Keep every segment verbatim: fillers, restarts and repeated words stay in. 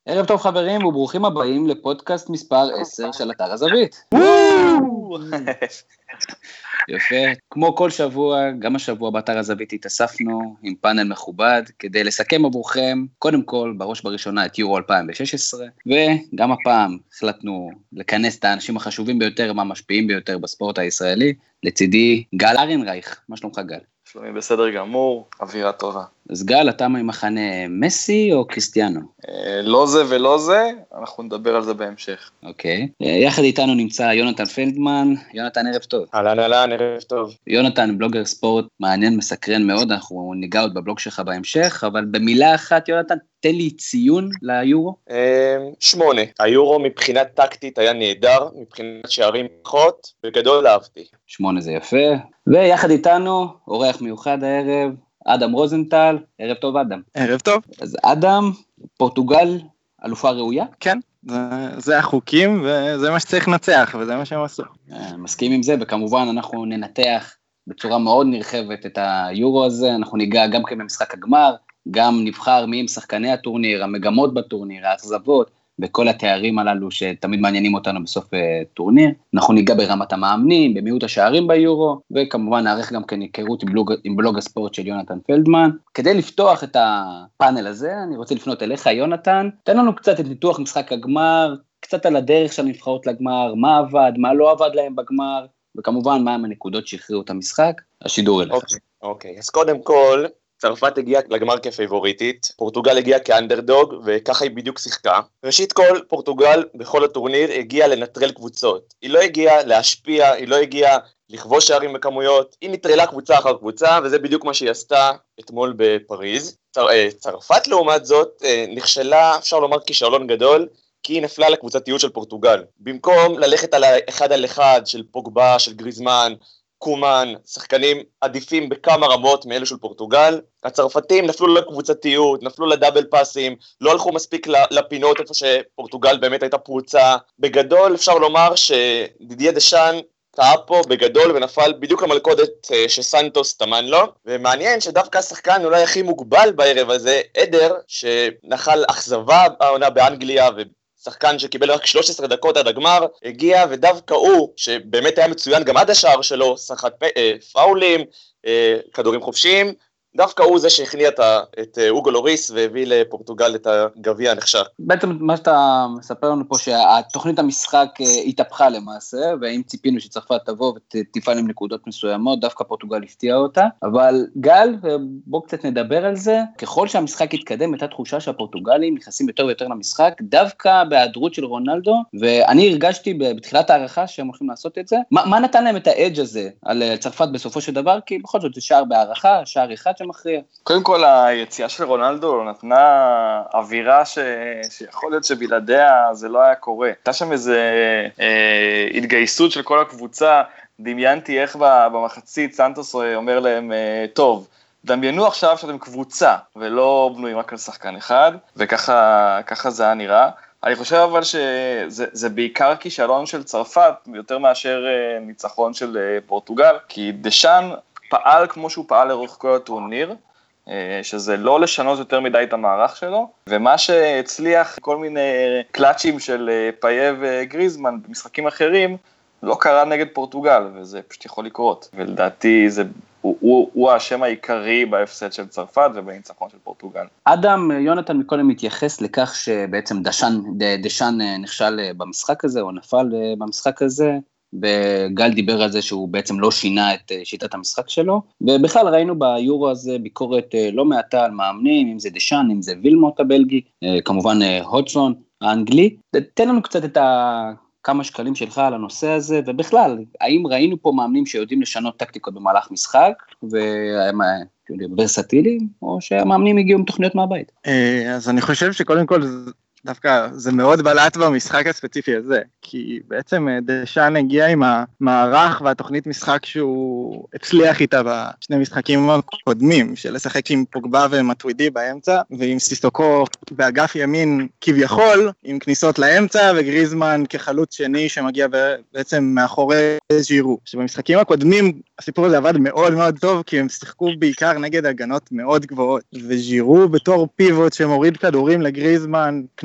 ערב טוב חברים וברוכים הבאים לפודקאסט מספר עשר של אתר הזווית. יפה, כמו כל שבוע, גם השבוע באתר הזווית התאספנו עם פאנל מכובד כדי לסכם עבורכם, קודם כל בראש בראשונה את יורו אלפיים ושש עשרה, וגם הפעם החלטנו לכנס את האנשים החשובים ביותר והמשפיעים ביותר בספורט הישראלי, לצידי גל ארנרייך. מה שלומך גל? שלומי בסדר גמור, אווירה טובה. אז גל, אתה ממחנה מסי או קריסטיאנו? אה, לא זה ולא זה, אנחנו נדבר על זה בהמשך. אוקיי. יחד איתנו נמצא יונתן פלדמן. יונתן, ערב טוב. אהלן אהלן, ערב טוב. יונתן, בלוגר ספורט מעניין, מסקרן מאוד, אנחנו ניגע עוד בבלוג שלך בהמשך, אבל במילה אחת, יונתן, תן לי ציון ליורו. אה, שמונה. היורו מבחינת טקטית היה נהדר, מבחינת שערים פחות, בגדול אהבתי. שמונה זה יפה. ויחד איתנו, אורח מיוחד הערב, אדם רוזנטל. ערב טוב אדם. ערב טוב. אז אדם, פורטוגל, אלופה ראויה? כן, זה, זה החוקים וזה מה שצריך לנצח וזה מה שהם עשו. מסכים עם זה, וכמובן אנחנו ננתח בצורה מאוד נרחבת את היורו הזה, אנחנו ניגע גם כן במשחק הגמר, גם נבחר מי הם שחקני הטורניר, המגמות בטורניר, האכזבות, בכל התארים הללו שתמיד מעניינים אותנו בסוף טורניר. אנחנו ניגע ברמת המאמנים, במיעוט השערים ביורו, וכמובן נערך גם כן היכרות עם בלוג, עם בלוג הספורט של יונתן פלדמן. כדי לפתוח את הפאנל הזה, אני רוצה לפנות אליך יונתן, תן לנו קצת את ניתוח משחק הגמר, קצת על הדרך של הנבחרות לגמר, מה עבד, מה לא עבד להם בגמר, וכמובן מה הם הנקודות שהכריעו את המשחק. השידור אליך. אוקיי, אוקיי. אז קודם כל, צרפת הגיעה לגמר כפייבוריטית, פורטוגל הגיעה כאנדרדוג, וככה היא בדיוק שיחקה. ראשית כל, פורטוגל בכל הטורניר הגיעה לנטרל קבוצות. היא לא הגיעה להשפיע, היא לא הגיעה לכבוש שערים בכמויות, היא נטרלה קבוצה אחר קבוצה, וזה בדיוק מה שהיא עשתה אתמול בפריז. צר, צרפת לעומת זאת נכשלה, אפשר לומר כישלון גדול, כי היא נפלה לקבוצתיות של פורטוגל. במקום ללכת על האחד על אחד של פוגבה, של גריזמן, קומן, שחקנים עדיפים בכמה רמות מאלו של פורטוגל, הצרפתים נפלו לקבוצתיות, נפלו לדאבל פאסים, לא הלכו מספיק לפינות איפה שפורטוגל באמת הייתה פרוצה. בגדול אפשר לומר שדידיה דשאן טעה פה בגדול ונפל בדיוק למלכודת שסנטוס תמן לו, ומעניין שדווקא השחקן אולי הכי מוגבל בערב הזה, עדר, שנחל אכזבה העונה באנגליה ו... שחקן שקיבל רק שלוש עשרה דקות עד הגמר, הגיע ודווקא הוא, שבאמת היה מצוין גם עד השער שלו, שחט אה, פאולים, אה, כדורים חופשיים, דווקא הוא זה שהכניע את, את אוגו לוריס והביא לפורטוגל את הגביע הנחשק. בעצם מה שאתה מספר לנו פה שהתוכנית המשחק התהפכה למעשה, ואם ציפינו שצרפת תבוא ותפעל עם נקודות מסוימות, דווקא פורטוגל הפתיעה אותה, אבל גל, בואו קצת נדבר על זה, ככל שהמשחק התקדם הייתה תחושה שהפורטוגלים נכנסים יותר ויותר למשחק, דווקא בהיעדרות של רונלדו, ואני הרגשתי בתחילת הערכה שהם הולכים לעשות את זה. מה, מה נתן להם את האדג' הזה על צרפת בסופו של דבר? כי בכל זאת זה שער בהערכה, שער אחד שמכריע. קודם כל היציאה של רונלדו נתנה אווירה ש... שיכול להיות שבלעדיה זה לא היה קורה. הייתה שם איזה אה, התגייסות של כל הקבוצה, דמיינתי איך במחצית סנטוס אומר להם, אה, טוב, דמיינו עכשיו שאתם קבוצה ולא בנויים רק על שחקן אחד, וככה ככה זה היה נראה. אני חושב אבל שזה זה בעיקר כישלון של צרפת, יותר מאשר אה, ניצחון של אה, פורטוגל, כי דשאן פעל כמו שהוא פעל לאורך כל הטורניר, שזה לא לשנות יותר מדי את המערך שלו, ומה שהצליח כל מיני קלאצ'ים של פאיה וגריזמן במשחקים אחרים, לא קרה נגד פורטוגל, וזה פשוט יכול לקרות. ולדעתי זה, הוא, הוא, הוא השם העיקרי בהפסד של צרפת ובניצחון של פורטוגל. אדם, יונתן מקודם מתייחס לכך שבעצם דשאן, דשאן נכשל במשחק הזה, או נפל במשחק הזה, וגל דיבר על זה שהוא בעצם לא שינה את שיטת המשחק שלו, ובכלל ראינו ביורו הזה ביקורת לא מעטה על מאמנים, אם זה דשאן, אם זה וילמוט הבלגי, כמובן הודסון האנגלי. תן לנו קצת את כמה שקלים שלך על הנושא הזה, ובכלל, האם ראינו פה מאמנים שיודעים לשנות טקטיקות במהלך משחק, והם ורסטיליים, או שהמאמנים הגיעו עם תוכניות מהבית? אז אני חושב שקודם כל דווקא זה מאוד בלט במשחק הספציפי הזה, כי בעצם דשאן הגיע עם המערך והתוכנית משחק שהוא הצליח איתה בשני משחקים הקודמים, של לשחק עם פוגבה ומטווידי באמצע, ועם סיסוקו באגף ימין כביכול, עם כניסות לאמצע, וגריזמן כחלוץ שני שמגיע בעצם מאחורי ז'ירו. שבמשחקים הקודמים הסיפור הזה עבד מאוד מאוד טוב, כי הם שיחקו בעיקר נגד הגנות מאוד גבוהות, וז'ירו בתור פיבוט שמוריד כדורים לגריזמן,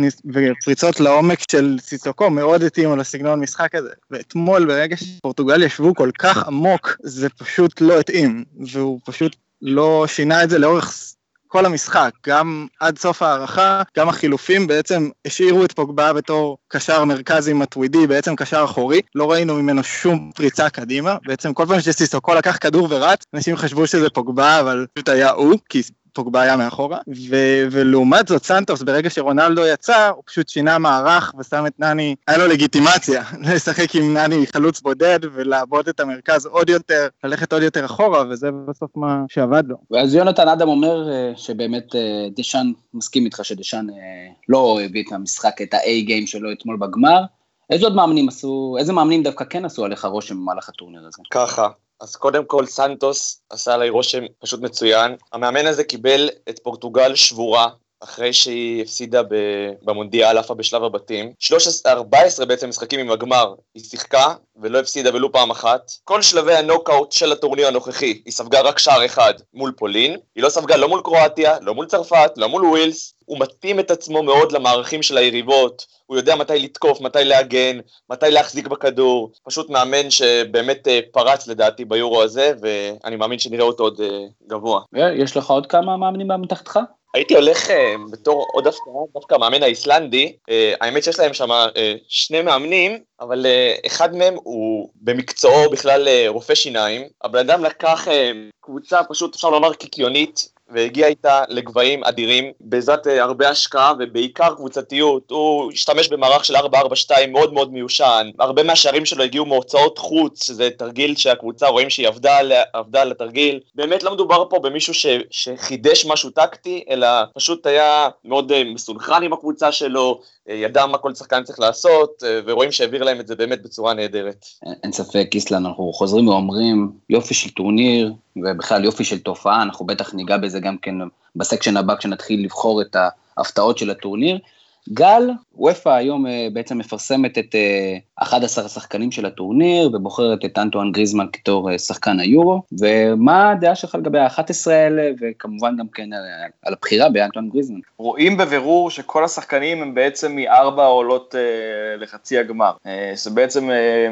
ופריצות לעומק של סיסוקו מאוד התאימו לסגנון משחק הזה, ואתמול ברגע שפורטוגל ישבו כל כך עמוק, זה פשוט לא התאים, והוא פשוט לא שינה את זה לאורך כל המשחק, גם עד סוף הערכה, גם החילופים בעצם השאירו את פוגבה בתור קשר מרכזי מתווידי, בעצם קשר אחורי, לא ראינו ממנו שום פריצה קדימה, בעצם כל פעם שסיסוקו לקח כדור ורץ, אנשים חשבו שזה פוגבה, אבל פשוט היה הוא, כי פוגבה היה מאחורה, ו- ולעומת זאת סנטוס, ברגע שרונלדו יצא, הוא פשוט שינה מערך ושם את נני, היה לו לגיטימציה, לשחק עם נני חלוץ בודד, ולעבוד את המרכז עוד יותר, ללכת עוד יותר אחורה, וזה בסוף מה שעבד לו. ואז יונתן אדם אומר שבאמת דשאן, מסכים איתך שדשאן לא הביא את המשחק, את ה-A game שלו אתמול בגמר, איזה עוד מאמנים עשו, איזה מאמנים דווקא כן עשו עליך רושם במהלך הטורניר הזה? ככה. אז קודם כל סנטוס עשה עליי רושם פשוט מצוין, המאמן הזה קיבל את פורטוגל שבורה, אחרי שהיא הפסידה במונדיאל אלפה בשלב הבתים, שלוש עשרה ארבע עשרה בעצם משחקים עם הגמר, היא שיחקה ולא הפסידה ולו פעם אחת, כל שלבי הנוקאוט של הטורניר הנוכחי, היא ספגה רק שער אחד מול פולין, היא לא ספגה לא מול קרואטיה, לא מול צרפת, לא מול ווילס, הוא מתאים את עצמו מאוד למערכים של היריבות, הוא יודע מתי לתקוף, מתי להגן, מתי להחזיק בכדור, פשוט מאמן שבאמת פרץ לדעתי ביורו הזה, ואני מאמין שנראה אותו עוד גבוה. יש לך עוד כמה מאמנים מתחתך? הייתי הולך בתור עוד הפתעה, דווקא המאמן האיסלנדי, האמת שיש להם שם שני מאמנים, אבל אחד מהם הוא במקצועו בכלל רופא שיניים, הבן אדם לקח קבוצה פשוט אפשר לומר קיקיונית, והגיע איתה לגבהים אדירים, בעזרת הרבה השקעה ובעיקר קבוצתיות, הוא השתמש במערך של ארבע ארבע שתיים מאוד מאוד מיושן, הרבה מהשערים שלו הגיעו מהוצאות חוץ, שזה תרגיל שהקבוצה רואים שהיא עבדה, עבדה על התרגיל, באמת לא מדובר פה במישהו ש, שחידש משהו טקטי, אלא פשוט היה מאוד מסונכרן עם הקבוצה שלו, ידע מה כל שחקן צריך לעשות, ורואים שהעביר להם את זה באמת בצורה נהדרת. אין ספק, איסלנד, אנחנו חוזרים ואומרים, יופי של טורניר, ובכלל יופי של תופעה, אנחנו בטח ניגע בזה גם כן בסקשן הבא, כשנתחיל לבחור את ההפתעות של הטורניר. גל, וופא היום בעצם מפרסמת את אחד עשר השחקנים של הטורניר, ובוחרת את אנטואן גריזמן כתור שחקן היורו, ומה הדעה שלך לגבי ה-אחת עשרה האלה, וכמובן גם כן על הבחירה באנטואן גריזמן? רואים בבירור שכל השחקנים הם בעצם מארבע עולות לחצי הגמר, שבעצם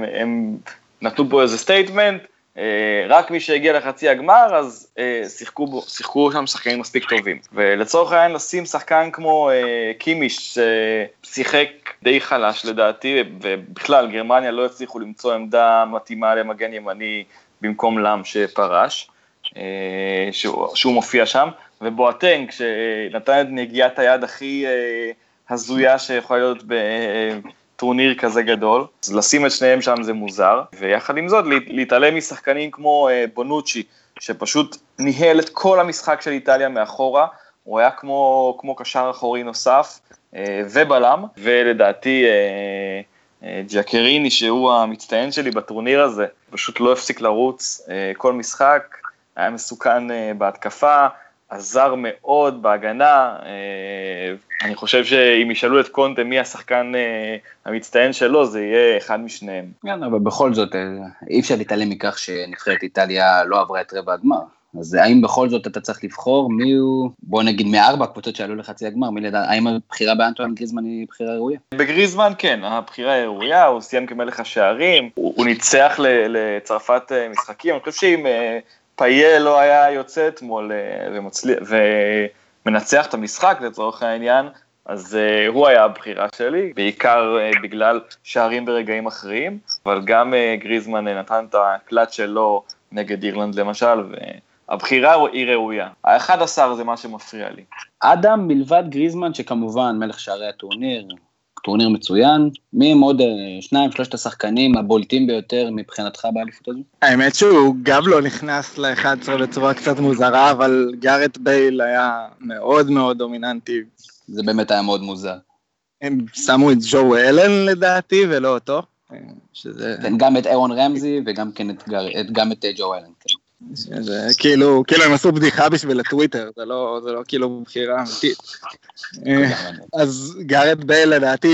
הם נתנו פה איזה סטייטמנט, רק מי שהגיע לחצי הגמר, אז שיחקו, שיחקו שם שחקנים מספיק טובים. ולצורך העניין לשים שחקן כמו קימיש, ששיחק די חלש לדעתי, ובכלל גרמניה לא הצליחו למצוא עמדה מתאימה למגן ימני במקום לם שפרש, שהוא, שהוא מופיע שם, ובואטנג שנתן את נגיעת היד הכי הזויה שיכולה להיות ב... טורניר כזה גדול, אז לשים את שניהם שם זה מוזר, ויחד עם זאת להתעלם משחקנים כמו בונוצ'י, שפשוט ניהל את כל המשחק של איטליה מאחורה, הוא היה כמו, כמו קשר אחורי נוסף, ובלם, ולדעתי ג'קריני, שהוא המצטיין שלי בטורניר הזה, פשוט לא הפסיק לרוץ כל משחק, היה מסוכן בהתקפה, עזר מאוד בהגנה, אני חושב שאם ישאלו את קונטה מי השחקן המצטיין שלו, זה יהיה אחד משניהם. כן, אבל בכל זאת, אי אפשר להתעלם מכך שנבחרת איטליה לא עברה את רבע הגמר, אז האם בכל זאת אתה צריך לבחור מי הוא, בוא נגיד מארבע קבוצות שעלו לחצי הגמר, מי לדעת, האם הבחירה באנטואן גריזמן היא בחירה ראויה? בגריזמן כן, הבחירה היא ראויה, הוא סיים כמלך השערים, הוא, הוא ניצח לצרפת משחקים, אני חושב שאם פאיה לא היה יוצא אתמול ומצליח, ומנצח את המשחק לצורך העניין, אז uh, הוא היה הבחירה שלי, בעיקר uh, בגלל שערים ברגעים אחרים, אבל גם uh, גריזמן נתן את הקלט שלו נגד אירלנד למשל, והבחירה היא ראויה. ה-אחד עשר זה מה שמפריע לי. אדם מלבד גריזמן, שכמובן מלך שערי הטורניר, טורניר מצוין, מי הם עוד שניים, שלושת השחקנים הבולטים ביותר מבחינתך באליפות הזו? האמת שהוא גם לא נכנס ל-אחד עשר בצורה קצת מוזרה, אבל גארט בייל היה מאוד מאוד דומיננטי. זה באמת היה מאוד מוזר. הם שמו את ג'ו אלן לדעתי, ולא אותו. שזה... כן, גם את אירון רמזי, וגם כן את, גם את ג'ו אלן. כן. זה כאילו, כאילו הם עשו בדיחה בשביל הטוויטר, זה לא, זה לא כאילו בחירה אמיתית. אז גארט בייל לדעתי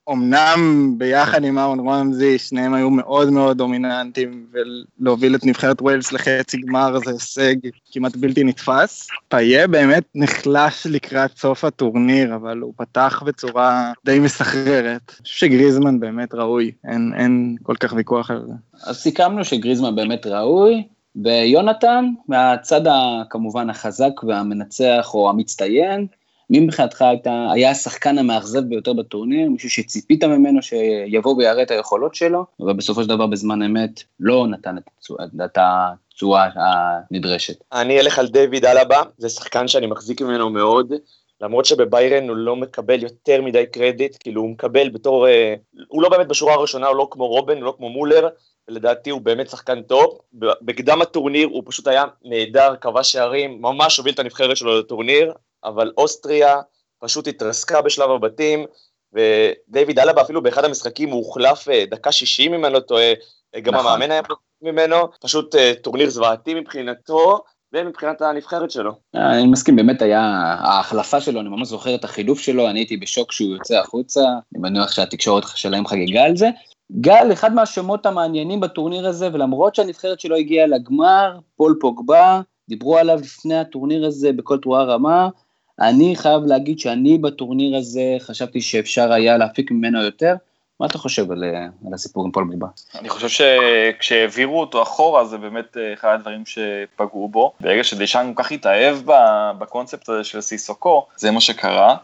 אמנם ביחד עם אהרון רמזי, שניהם היו מאוד מאוד דומיננטיים, ולהוביל את נבחרת ווילס לחצי גמר זה הישג כמעט בלתי נתפס. פאיה באמת נחלש לקראת סוף הטורניר, אבל הוא פתח בצורה די מסחררת. אני חושב שגריזמן באמת ראוי, אין, אין כל כך ויכוח על זה. אז סיכמנו שגריזמן באמת ראוי, ויונתן, מהצד כמובן החזק והמנצח או המצטיין, מי מבחינתך הייתה, היה השחקן המאכזב ביותר בטורניר, מישהו שציפית ממנו שיבוא ויראה את היכולות שלו, ובסופו של דבר בזמן אמת לא נתן את התצועה הנדרשת. אני אלך על דיוויד אלבה, זה שחקן שאני מחזיק ממנו מאוד, למרות שבביירן הוא לא מקבל יותר מדי קרדיט, כאילו הוא מקבל בתור, הוא לא באמת בשורה הראשונה, הוא לא כמו רובן, הוא לא כמו מולר, ולדעתי הוא באמת שחקן טוב, בקדם הטורניר הוא פשוט היה נהדר, כבש שערים, ממש הוביל את הנבחרת שלו לטורניר, אבל אוסטריה פשוט התרסקה בשלב הבתים, ודייוויד אלבה אפילו באחד המשחקים הוא הוחלף דקה שישים ממנו, טועה, גם המאמן היה ממנו, פשוט טורניר זוועתי מבחינתו, ומבחינת הנבחרת שלו. אני מסכים, באמת היה, ההחלפה שלו, אני ממש זוכר את החילוף שלו, אני הייתי בשוק שהוא יוצא החוצה, אני מניח שהתקשורת שלהם חגיגה על זה. גל, אחד מהשמות המעניינים בטורניר הזה, ולמרות שהנבחרת שלו הגיעה לגמר, פול פוגבה, דיברו עליו לפני הטורניר הזה בכל תרועה רמה, אני חייב להגיד שאני בטורניר הזה חשבתי שאפשר היה להפיק ממנו יותר, מה אתה חושב על, על הסיפור עם פול פוגבה? אני חושב שכשהעבירו אותו אחורה, זה באמת אחד הדברים שפגעו בו. ברגע שדשאן כל כך התאהב בקונספט הזה של סיסוקו, זה מה שקרה.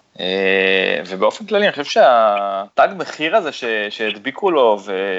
ובאופן כללי, אני חושב שהתג מחיר הזה שהדביקו לו,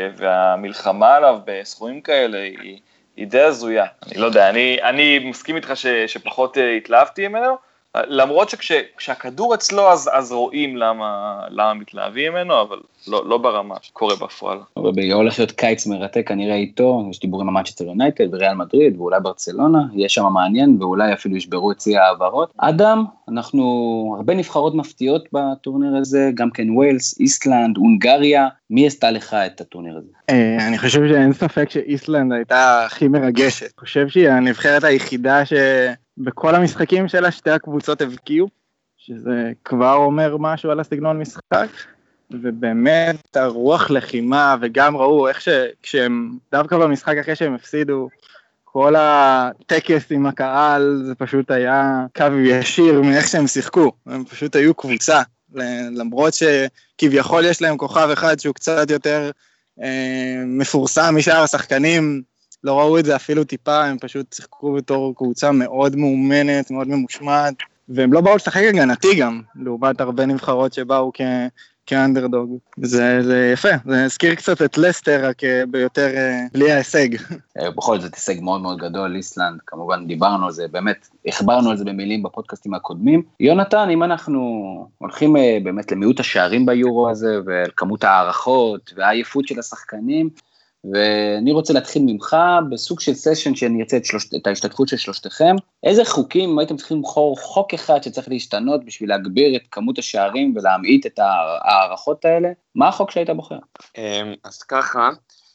והמלחמה עליו בסכומים כאלה, היא, היא די הזויה. אני לא יודע, אני, אני מסכים איתך ש, שפחות התלהבתי ממנו, למרות שכשהכדור אצלו, אז, אז רואים למה, למה מתלהבים ממנו, אבל לא, לא ברמה שקורה בפועל. אבל הולך להיות קיץ מרתק, כנראה איתו, יש דיבורים על מנצ'סטר יונייטד, וריאל מדריד, ואולי ברצלונה, יש שם מעניין, ואולי אפילו ישברו את צי העברות. אדם, אנחנו הרבה נבחרות מפתיעות בטורניר הזה, גם כן ווילס, איסלנד, הונגריה, מי עשתה לך את הטורניר הזה? אני חושב שאין ספק שאיסלנד הייתה הכי מרגשת. אני חושב שהיא הנבחרת היחידה ש... בכל המשחקים שלה שתי הקבוצות הבקיעו, שזה כבר אומר משהו על הסגנון משחק, ובאמת הרוח לחימה, וגם ראו איך שכשהם, דווקא במשחק אחרי שהם הפסידו, כל הטקס עם הקהל, זה פשוט היה קו ישיר מאיך שהם שיחקו, הם פשוט היו קבוצה, למרות שכביכול יש להם כוכב אחד שהוא קצת יותר אה, מפורסם משאר השחקנים, לא ראו את זה אפילו טיפה, הם פשוט שיחקו בתור קבוצה מאוד מאומנת, מאוד ממושמעת, והם לא באו לשחק הגנתי גם, לעומת הרבה נבחרות שבאו כ... כאנדרדוג. זה, זה יפה, זה הזכיר קצת את לסטר, רק ביותר בלי ההישג. בכל זאת הישג מאוד מאוד גדול, איסלנד, כמובן דיברנו על זה, באמת הכברנו על זה במילים בפודקאסטים הקודמים. יונתן, אם אנחנו הולכים באמת למיעוט השערים ביורו הזה, ועל כמות הערכות והעייפות של השחקנים, ואני רוצה להתחיל ממך בסוג של סשן שאני ארצה את, שלושת, את ההשתתפות של שלושתכם. איזה חוקים הייתם צריכים לבחור חוק אחד שצריך להשתנות בשביל להגביר את כמות השערים ולהמעיט את הערכות האלה? מה החוק שהיית בוחר? אז ככה,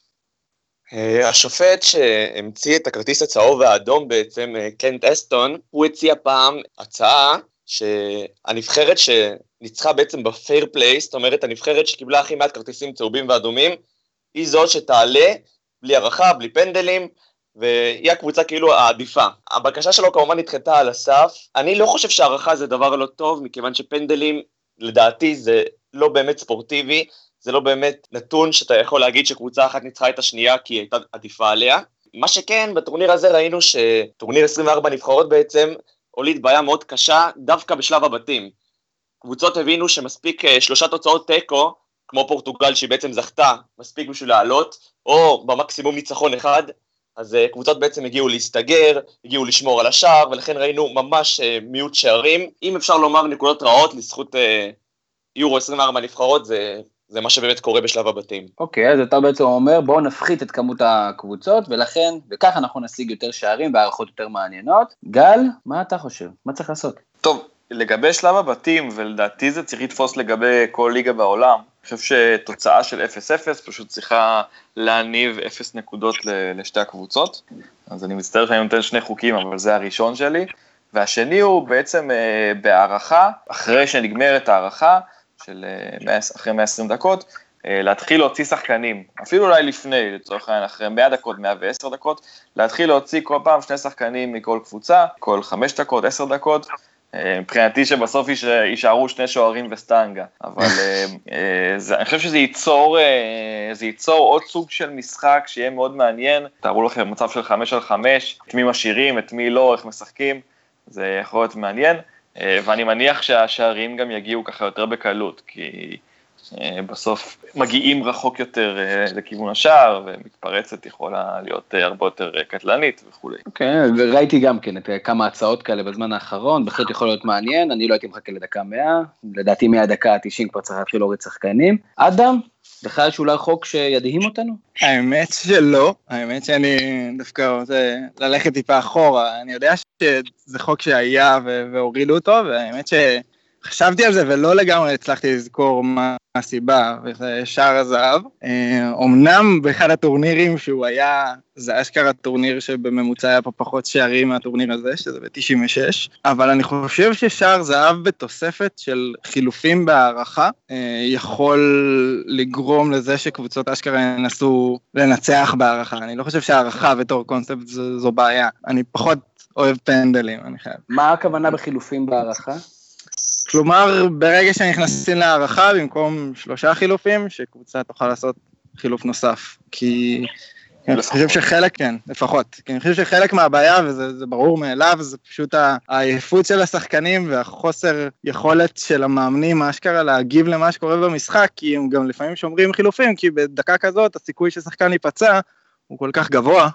השופט שהמציא את הכרטיס הצהוב והאדום בעצם, קנט אסטון, הוא הציע פעם הצעה שהנבחרת שניצחה בעצם בפייר פליי, זאת אומרת הנבחרת שקיבלה הכי מעט כרטיסים צהובים ואדומים, היא זאת שתעלה, בלי ערכה, בלי פנדלים, והיא הקבוצה כאילו העדיפה. הבקשה שלו כמובן נדחתה על הסף. אני לא חושב שהערכה זה דבר לא טוב, מכיוון שפנדלים, לדעתי, זה לא באמת ספורטיבי, זה לא באמת נתון שאתה יכול להגיד שקבוצה אחת ניצחה את השנייה, כי היא הייתה עדיפה עליה. מה שכן, בטורניר הזה ראינו שטורניר עשרים וארבע נבחרות בעצם, הוליד בעיה מאוד קשה, דווקא בשלב הבתים. קבוצות הבינו שמספיק שלושה תוצאות טקו, כמו פורטוגל שהיא בעצם זכתה, מספיק בשביל לעלות, או במקסימום ניצחון אחד, אז uh, קבוצות בעצם הגיעו להסתגר, הגיעו לשמור על השער, ולכן ראינו ממש uh, מיעוט שערים. אם אפשר לומר נקודות רעות לזכות uh, יורו עשרים וארבע נבחרות, זה, זה מה שבאמת קורה בשלב הבתים. אוקיי, okay, אז אתה בעצם אומר, בואו נפחית את כמות הקבוצות, ולכן, וככה אנחנו נשיג יותר שערים, והערכות יותר מעניינות. גל, מה אתה חושב? מה צריך לעשות? טוב, לגבי שלב הבתים, ולדעתי זה צריך לתפוס לגבי כל ליגה בעולם, אני חושב שתוצאה של אפס אפס פשוט צריכה להניב אפס נקודות לשתי הקבוצות, אז אני מצטער שאני נותן שני חוקים, אבל זה הראשון שלי, והשני הוא בעצם בהערכה, אחרי שנגמרת הערכה, של אחרי מאה ועשרים דקות, להתחיל להוציא שחקנים, אפילו אולי לפני, לצורך העניין, אחרי מאה דקות, מאה ועשר דקות, להתחיל להוציא כל פעם שני שחקנים מכל קבוצה, כל חמש דקות, עשר דקות, מבחינתי שבסוף יישארו שני שוערים וסטנגה, אבל אני חושב שזה ייצור, זה ייצור עוד סוג של משחק שיהיה מאוד מעניין, תארו לכם מצב של חמש על חמש, את מי משאירים, את מי לא, איך משחקים, זה יכול להיות מעניין, ואני מניח שהשערים גם יגיעו ככה יותר בקלות, כי בסוף מגיעים רחוק יותר לכיוון השער, ומתפרצת יכולה להיות הרבה יותר קטלנית וכו'. אוקיי, וראיתי גם כן את כמה הצעות כאלה בזמן האחרון, בהחלט יכול להיות מעניין, אני לא הייתי מחכה לדקה מאה, לדעתי מהדקה ה-תשעים כבר צריך להתחיל להוריד שחקנים. אדם, לך יש אולי חוק שידהים אותנו? האמת שלא, האמת שאני דווקא רוצה ללכת טיפה אחורה, אני יודע שזה חוק שהיה והורידו אותו, והאמת ש... חשבתי על זה ולא לגמרי הצלחתי לזכור מה הסיבה, וזה שער הזהב. אמנם באחד הטורנירים שהוא היה, זה אשכרה טורניר שבממוצע היה פה פחות שערים מהטורניר הזה, שזה ב-תשעים ושש, אבל אני חושב ששער זהב בתוספת של חילופים בהערכה, יכול לגרום לזה שקבוצות אשכרה ינסו לנצח בהערכה. אני לא חושב שהערכה בתור קונספט זו, זו בעיה, אני פחות אוהב פנדלים, אני חייב. מה הכוונה בחילופים בהערכה? כלומר, ברגע שנכנסים להערכה, במקום שלושה חילופים, שקבוצה תוכל לעשות חילוף נוסף. כי אני חושב שחלק, כן, לפחות. כי אני חושב שחלק מהבעיה, וזה ברור מאליו, זה פשוט העייפות של השחקנים, והחוסר יכולת של המאמנים, מה שקרה, להגיב למה שקורה במשחק, כי הם גם לפעמים שומרים חילופים, כי בדקה כזאת, הסיכוי ששחקן ייפצע, הוא כל כך גבוה,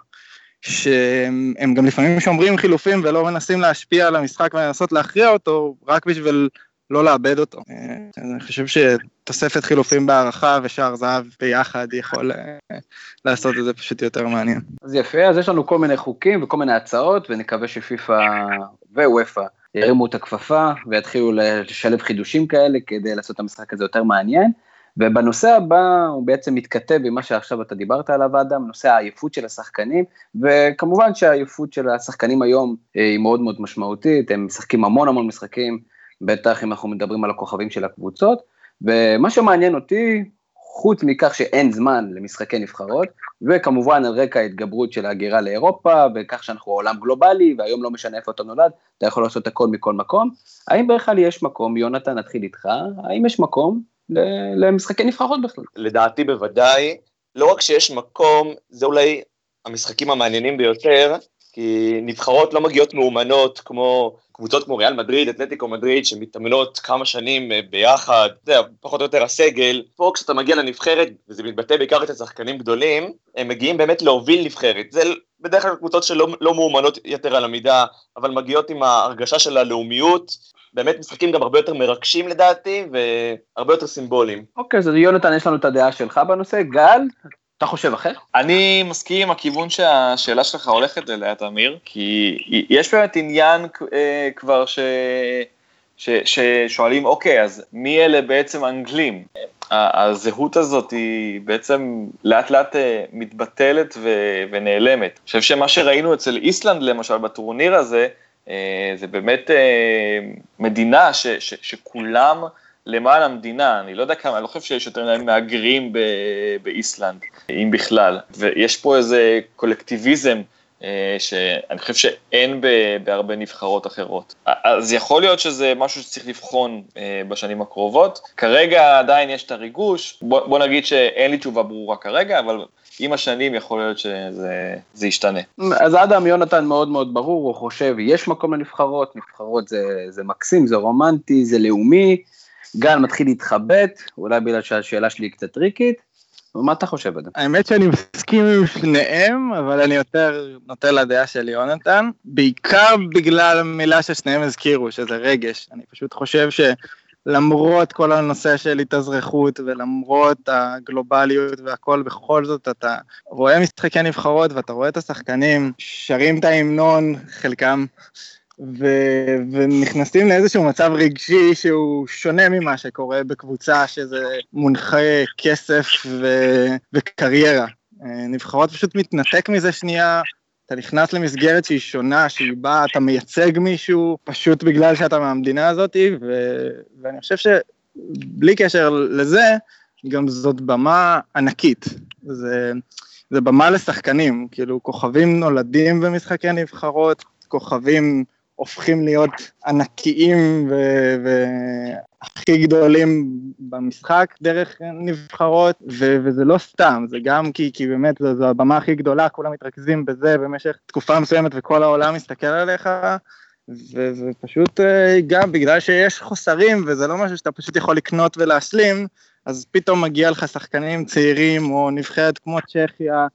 שהם גם לפעמים שומרים חילופים ולא מנסים להשפיע על המשחק ולנסות להכריע אותו, רק בשביל לא לאבד אותו. אני חושב שתוספת חילופים בהערכה ושער זהב ביחד יכול לעשות את זה פשוט יותר מעניין. אז יפה, אז יש לנו כל מיני חוקים וכל מיני הצעות, ונקווה שפיפה ווופא ירימו את הכפפה ויתחילו לשלב חידושים כאלה כדי לעשות את המשחק הזה יותר מעניין. ובנושא הבא הוא בעצם מתכתב עם מה שעכשיו אתה דיברת עליו, אדם, נושא העייפות של השחקנים, וכמובן שהעייפות של השחקנים היום היא מאוד מאוד משמעותית, הם משחקים המון המון משחקים, בטח אם אנחנו מדברים על הכוכבים של הקבוצות, ומה שמעניין אותי, חוץ מכך שאין זמן למשחקי נבחרות, וכמובן על רקע ההתגברות של ההגירה לאירופה, וכך שאנחנו עולם גלובלי, והיום לא משנה איפה אתה נולד, אתה יכול לעשות הכל מכל מקום, האם בכלל יש מקום, יונתן נתחיל איתך, האם יש מקום, למשחקי נבחרות בכלל? לדעתי בוודאי, לא רק שיש מקום, זה אולי המשחקים המעניינים ביותר, כי נבחרות לא מגיעות מאומנות כמו קבוצות כמו ריאל מדריד, אתלטיקו מדריד, שמתאמנות כמה שנים ביחד, זה פחות או יותר הסגל. פה כשאתה מגיע לנבחרת, וזה מתבטא בעיקר את השחקנים גדולים, הם מגיעים באמת להוביל נבחרת. זה בדרך כלל קבוצות שלא לא מאומנות יותר על המידה, אבל מגיעות עם ההרגשה של הלאומיות, באמת משחקים גם הרבה יותר מרגשים לדעתי, והרבה יותר סימבוליים. אוקיי, אז יונתן, יש לנו את הדעה שלך בנושא. גל, אתה חושב אחר? אני מסכים עם הכיוון שהשאלה שלך הולכת אליה, תמיר, כי יש באמת עניין כבר ש... ש... ששואלים, אוקיי, אז מי אלה בעצם אנגלים? הזהות הזאת היא בעצם לאט לאט מתבטלת ו... ונעלמת. אני חושב שמה שראינו אצל איסלנד למשל בטורניר הזה, זה באמת מדינה ש, ש, שכולם למען המדינה, אני לא יודע כמה, אני לא חושב שיש יותר מהגרים ב- באיסלנד, אם בכלל, ויש פה איזה קולקטיביזם שאני חושב שאין בהרבה נבחרות אחרות. אז יכול להיות שזה משהו שצריך לבחון בשנים הקרובות, כרגע עדיין יש את הריגוש, בוא, בוא נגיד שאין לי תשובה ברורה כרגע, אבל עם השנים יכול להיות שזה זה ישתנה. אז אדם יונתן מאוד מאוד ברור, הוא חושב, יש מקום לנבחרות, נבחרות זה, זה מקסים, זה רומנטי, זה לאומי, גל מתחיל להתחבט, אולי בגלל שהשאלה שלי היא קצת טריקית, ומה אתה חושב אדם? האמת שאני מסכים עם שניהם, אבל אני יותר נוטה לדעה של יונתן, בעיקר בגלל המילה ששניהם הזכירו, שזה רגש. אני פשוט חושב שלמרות כל הנושא של התאזרחות, ולמרות הגלובליות והכל, בכל זאת אתה רואה משחקי נבחרות, ואתה רואה את השחקנים, שרים את ההמנון, חלקם, ו- ונכנסים לאיזשהו מצב רגשי שהוא שונה ממה שקורה בקבוצה שזה מונחה כסף ו- וקריירה. נבחרות פשוט מתנתק מזה שנייה, אתה נכנס למסגרת שהיא שונה, שהיא באה, אתה מייצג מישהו פשוט בגלל שאתה מהמדינה הזאת, ו- ואני חושב בלי קשר לזה, גם זאת במה ענקית. זה, זה במה לשחקנים, כאילו כוכבים נולדים במשחקי נבחרות, כוכבים הופכים להיות ענקיים והכי גדולים במשחק דרך נבחרות, ו- וזה לא סתם, זה גם כי, כי באמת זו, זו הבמה הכי גדולה, כולם מתרכזים בזה במשך תקופה מסוימת וכל העולם מסתכל עליך, ו- ופשוט גם בגלל שיש חוסרים וזה לא משהו שאתה פשוט יכול לקנות ולהשלים, אז פתאום מגיע לך שחקנים צעירים, או נבחרת כמו צ'כיה,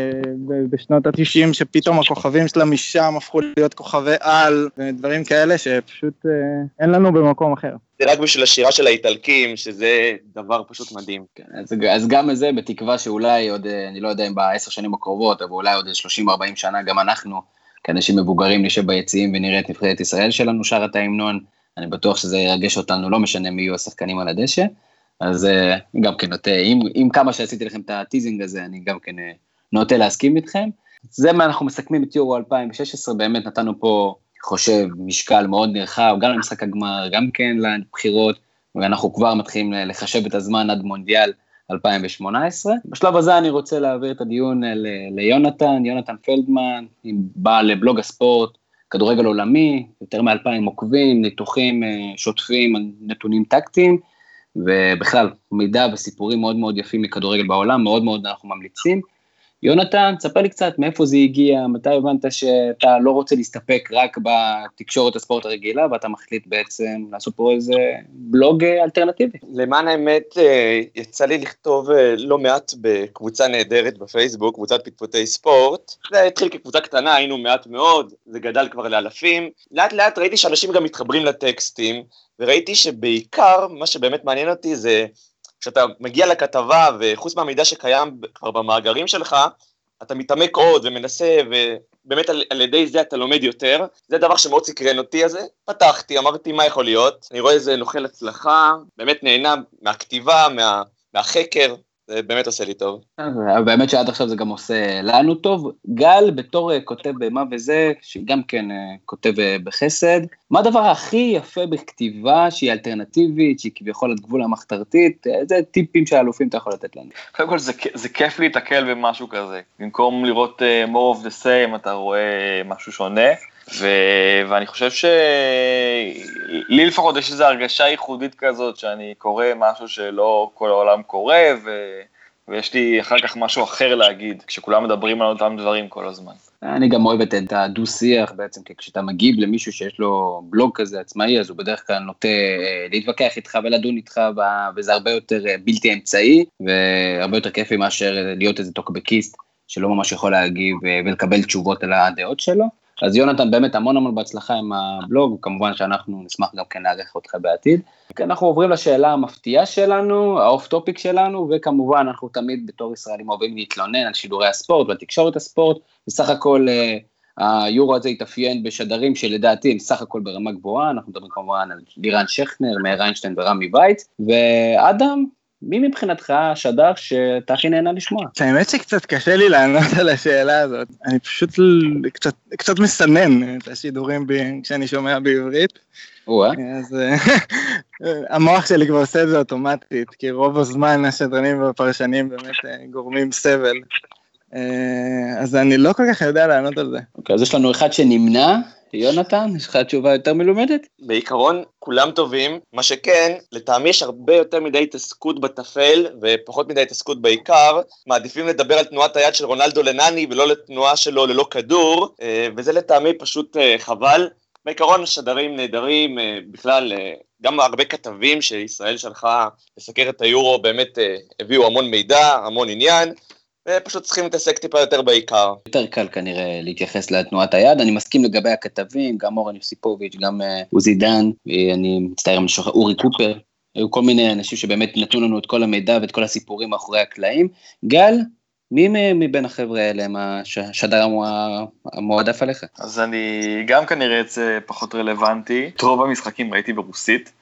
בשנות ה-תשעים, שפתאום הכוכבים שלה משם הפכו להיות כוכבי על, ודברים כאלה שפשוט אין לנו במקום אחר. זה רק בשביל השירה של האיטלקים, שזה דבר פשוט מדהים. אז, אז גם לזה, בתקווה שאולי עוד, אני לא יודע אם בעשר שנים הקרובות, אבל אולי עוד שלושים ארבעים שנה, גם אנחנו, כאנשים מבוגרים, נשב ביציעים ונראה את נבחרת ישראל שלנו, שר את ההמנון, אני בטוח שזה ירגש אותנו, לא משנה מי יהיו השחקנים על הדשא. אז גם כן נוטה, עם, עם כמה שעשיתי לכם את הטיזינג הזה, אני גם כן נוטה להסכים איתכם. זה מה אנחנו מסכמים את יורו אלפיים ושש עשרה, באמת נתנו פה, חושב, משקל מאוד נרחב, גם למשחק הגמר, גם כן לבחירות, ואנחנו כבר מתחילים לחשב את הזמן עד מונדיאל אלפיים שמונה עשרה. בשלב הזה אני רוצה להעביר את הדיון ל- ליונתן, יונתן פלדמן, בעל לבלוג הספורט, כדורגל עולמי, יותר מאלפיים עוקבים, ניתוחים שוטפים, נתונים טקטיים, ובכלל, מידע וסיפורים מאוד מאוד יפים מכדורגל בעולם, מאוד מאוד אנחנו ממליצים. יונתן, תספר לי קצת מאיפה זה הגיע, מתי הבנת שאתה לא רוצה להסתפק רק בתקשורת הספורט הרגילה, ואתה מחליט בעצם לעשות פה איזה בלוג אלטרנטיבי. למען האמת, יצא לי לכתוב לא מעט בקבוצה נהדרת בפייסבוק, קבוצת פטפוטי ספורט. זה התחיל כקבוצה קטנה, היינו מעט מאוד, זה גדל כבר לאלפים. לאט לאט ראיתי שאנשים גם מתחברים לטקסטים, וראיתי שבעיקר מה שבאמת מעניין אותי זה כשאתה מגיע לכתבה, וחוץ מהמידע שקיים כבר במאגרים שלך, אתה מתעמק עוד ומנסה, ובאמת על, על ידי זה אתה לומד יותר. זה דבר שמאוד סקרן אותי, אז פתחתי, אמרתי מה יכול להיות. אני רואה איזה נוכל הצלחה, באמת נהנה מהכתיבה, מה, מהחקר, זה באמת עושה לי טוב. באמת שעד עכשיו זה גם עושה לנו טוב. גל, בתור כותב במה וזה, שגם כן כותב בחסד, מה הדבר הכי יפה בכתיבה שהיא אלטרנטיבית, שהיא כביכול את גבול המחתרתית, איזה טיפים שהאלופים אתה יכול לתת לנו? קודם כל זה, זה כיף להתקל במשהו כזה, במקום לראות uh, more of the same, אתה רואה משהו שונה, ו... ואני חושב שלי לפחות יש איזו הרגשה ייחודית כזאת, שאני קורא משהו שלא כל העולם קורא, ו... ויש לי אחר כך משהו אחר להגיד, כשכולם מדברים על אותם דברים כל הזמן. אני גם אוהבת את הדו-שיח בעצם, כי כשאתה מגיב למישהו שיש לו בלוג כזה עצמאי, אז הוא בדרך כלל נוטה להתווכח איתך ולדון איתך, וזה הרבה יותר בלתי אמצעי, והרבה יותר כיפי מאשר להיות איזה טוקבקיסט, שלא ממש יכול להגיב ולקבל תשובות על הדעות שלו. אז יונתן, באמת המון המון בהצלחה עם הבלוג, וכמובן שאנחנו נשמח גם כן לארח אותך בעתיד. אנחנו עוברים לשאלה המפתיעה שלנו, האוף טופיק שלנו, וכמובן אנחנו תמיד בתור ישראלים אוהבים להתלונן על שידורי הספורט ועל תקשורת הספורט, בסך הכל היורו הזה התאפיין בשדרים שלדעתי הם סך הכל ברמה גבוהה, אנחנו מדברים כמובן על לירן שכנר, מאיר איינשטיין ורמי וייץ, ואדם, מי מבחינתך השדר שאתה הכי נהנה לשמוע? האמת שקצת קשה לי לענות על השאלה הזאת, אני פשוט קצת, קצת מסנן את השידורים ב, כשאני שומע בעברית, אז המוח שלי כבר עושה את זה אוטומטית, כי רוב הזמן השדרנים והפרשנים באמת גורמים סבל, אז אני לא כל כך יודע לענות על זה. אוקיי, אז יש לנו אחד שנמנע, יונתן, יש לך תשובה יותר מלומדת? בעיקרון, כולם טובים, מה שכן, לטעמי יש הרבה יותר מדי התעסקות בטפל, ופחות מדי התעסקות בעיקר, מעדיפים לדבר על תנועת היד של רונלדו לנני, ולא לתנועה שלו ללא כדור, וזה לטעמי פשוט חבל. בעיקרון, שדרים נהדרים, בכלל, גם הרבה כתבים שישראל שלחה לסקר את היורו, באמת הביאו המון מידע, המון עניין, ופשוט צריכים להתעסק טיפה יותר בעיקר. יותר קל כנראה להתייחס לתנועת היד, אני מסכים לגבי הכתבים, גם אורן יוסיפוביץ', גם עוזי דן, ואני מצטער עם אורי קופר, היו כל מיני אנשים שבאמת נתנו לנו את כל המידע ואת כל הסיפורים מאחורי הקלעים. גל, מי מבין החבר'ה האלה, השדר המועדף עליך? אז אני גם כנראה את זה פחות רלוונטי, את רוב המשחקים ראיתי ברוסית,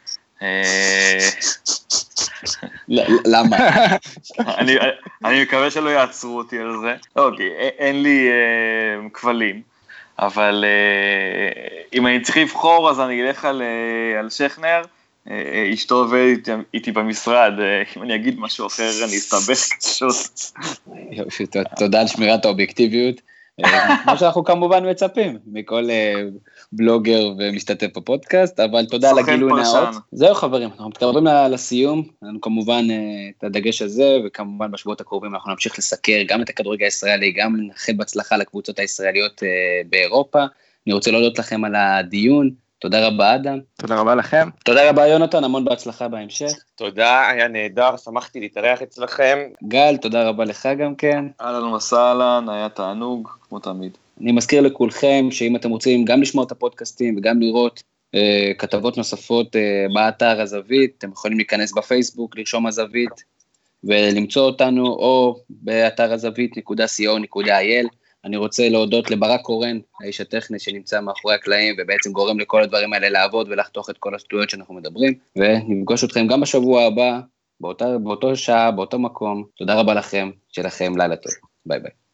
למה? אני, אני מקווה שלא יעצרו אותי על זה. אוקיי, אין לי אה, כבלים, אבל אה, אם אני צריך לבחור, אז אני אלך על, אה, על שכנר, אשתו עובד איתי במשרד, אם אני אגיד משהו אחר אני אסתבך קשות. יופי, תודה על שמירת האובייקטיביות, מה שאנחנו כמובן מצפים מכל בלוגר ומשתתף בפודקאסט, אבל תודה על הגילוי נאות. זהו חברים, אנחנו מתקרבים לסיום, אנחנו כמובן את הדגש הזה, וכמובן בשבועות הקרובים אנחנו נמשיך לסקר גם את הכדורגל הישראלי, גם נאחל בהצלחה לקבוצות הישראליות באירופה. אני רוצה להודות לכם על הדיון, תודה רבה אדם. תודה רבה לכם. תודה רבה יונתן, המון בהצלחה בהמשך. תודה, היה נהדר, שמחתי להתארח אצלכם. גל, תודה רבה לך גם כן. אהלן וסהלן, היה תענוג, כמו תמיד. אני מזכיר לכולכם שאם אתם רוצים גם לשמוע את הפודקאסטים וגם לראות אה, כתבות נוספות אה, באתר הזווית, אתם יכולים להיכנס בפייסבוק, לרשום הזווית ולמצוא אותנו, או באתר הזווית נקודה סי או נקודה איי אל. אני רוצה להודות לברק קורן, האיש הטכני שנמצא מאחורי הקלעים, ובעצם גורם לכל הדברים האלה לעבוד ולחתוך את כל השטויות שאנחנו מדברים, ונפגוש אתכם גם בשבוע הבא, באותה, באותו שעה, באותו מקום. תודה רבה לכם, שלכם לילה טוב. ביי ביי.